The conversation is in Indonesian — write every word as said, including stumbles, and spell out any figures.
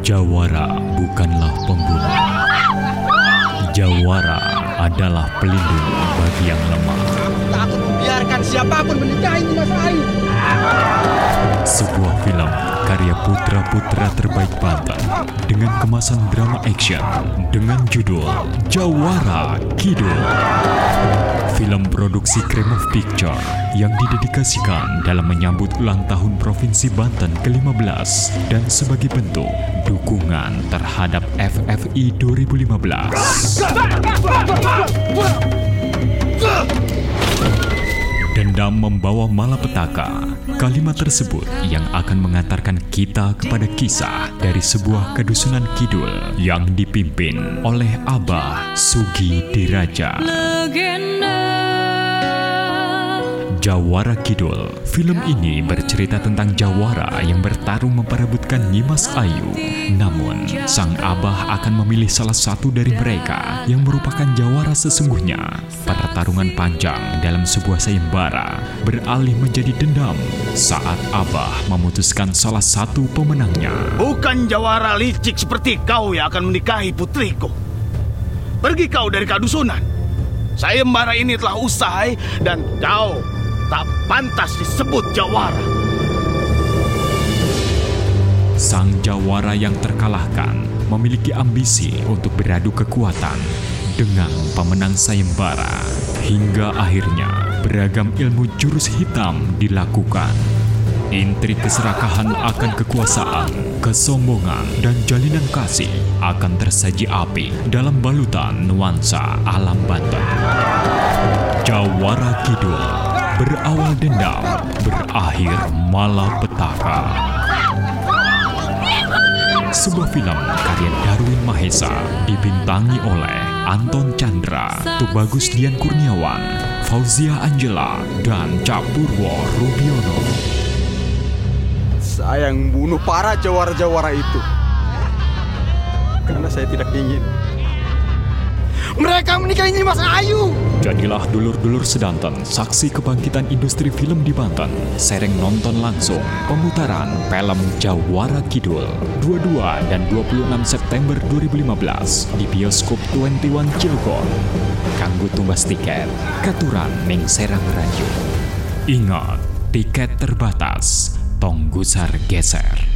Jawara bukanlah pembunuh. Jawara adalah pelindung bagi yang lemah. Aku tak akan membiarkan siapapun menikahi Mas Ayu. Sebuah film karya putra-putra terbaik Banten dengan kemasan drama action dengan judul Jawara Kidul. Film produksi Kremov Picture yang didedikasikan dalam menyambut ulang tahun Provinsi Banten ke lima belas dan sebagai bentuk dukungan terhadap F F I dua ribu lima belas. Dendam membawa malapetaka. Kalimat tersebut yang akan mengantarkan kita kepada kisah dari sebuah kedusunan kidul yang dipimpin oleh Abah Sugi Diraja. Jawara Kidul. Film ini bercerita tentang Jawara yang bertarung memperebutkan Nyimas Ayu. Namun, sang abah akan memilih salah satu dari mereka yang merupakan Jawara sesungguhnya. Pertarungan panjang dalam sebuah sayembara beralih menjadi dendam saat abah memutuskan salah satu pemenangnya. Bukan Jawara licik seperti kau yang akan menikahi putriku. Pergi kau dari kadusunan. Sayembara ini telah usai dan kau tak pantas disebut Jawara. Sang Jawara yang terkalahkan memiliki ambisi untuk beradu kekuatan dengan pemenang sayembara. Hingga akhirnya beragam ilmu jurus hitam dilakukan. Intrik keserakahan akan kekuasaan, kesombongan, dan jalinan kasih akan tersaji api dalam balutan nuansa alam Banten. Jawara Kidul. Berawal dendam, berakhir malapetaka. Sebuah film karya Darwin Mahesa dibintangi oleh Anton Chandra, Tubagus Dian Kurniawan, Fauzia Angela, dan Cak Purwo Rubiono. Saya yang bunuh para jawara-jawara itu karena saya tidak ingin mereka menikahi Mas Ayu. Jadilah dulur-dulur sedanten saksi kebangkitan industri film di Banten. Sereng nonton langsung pemutaran film Jawara Kidul dua puluh dua dan dua puluh enam September dua ribu lima belas di bioskop dua puluh satu Cilegon. Kanggo tumbas tiket, katuran ning Serang Radio. Ingat, tiket terbatas. Tong gusar geser.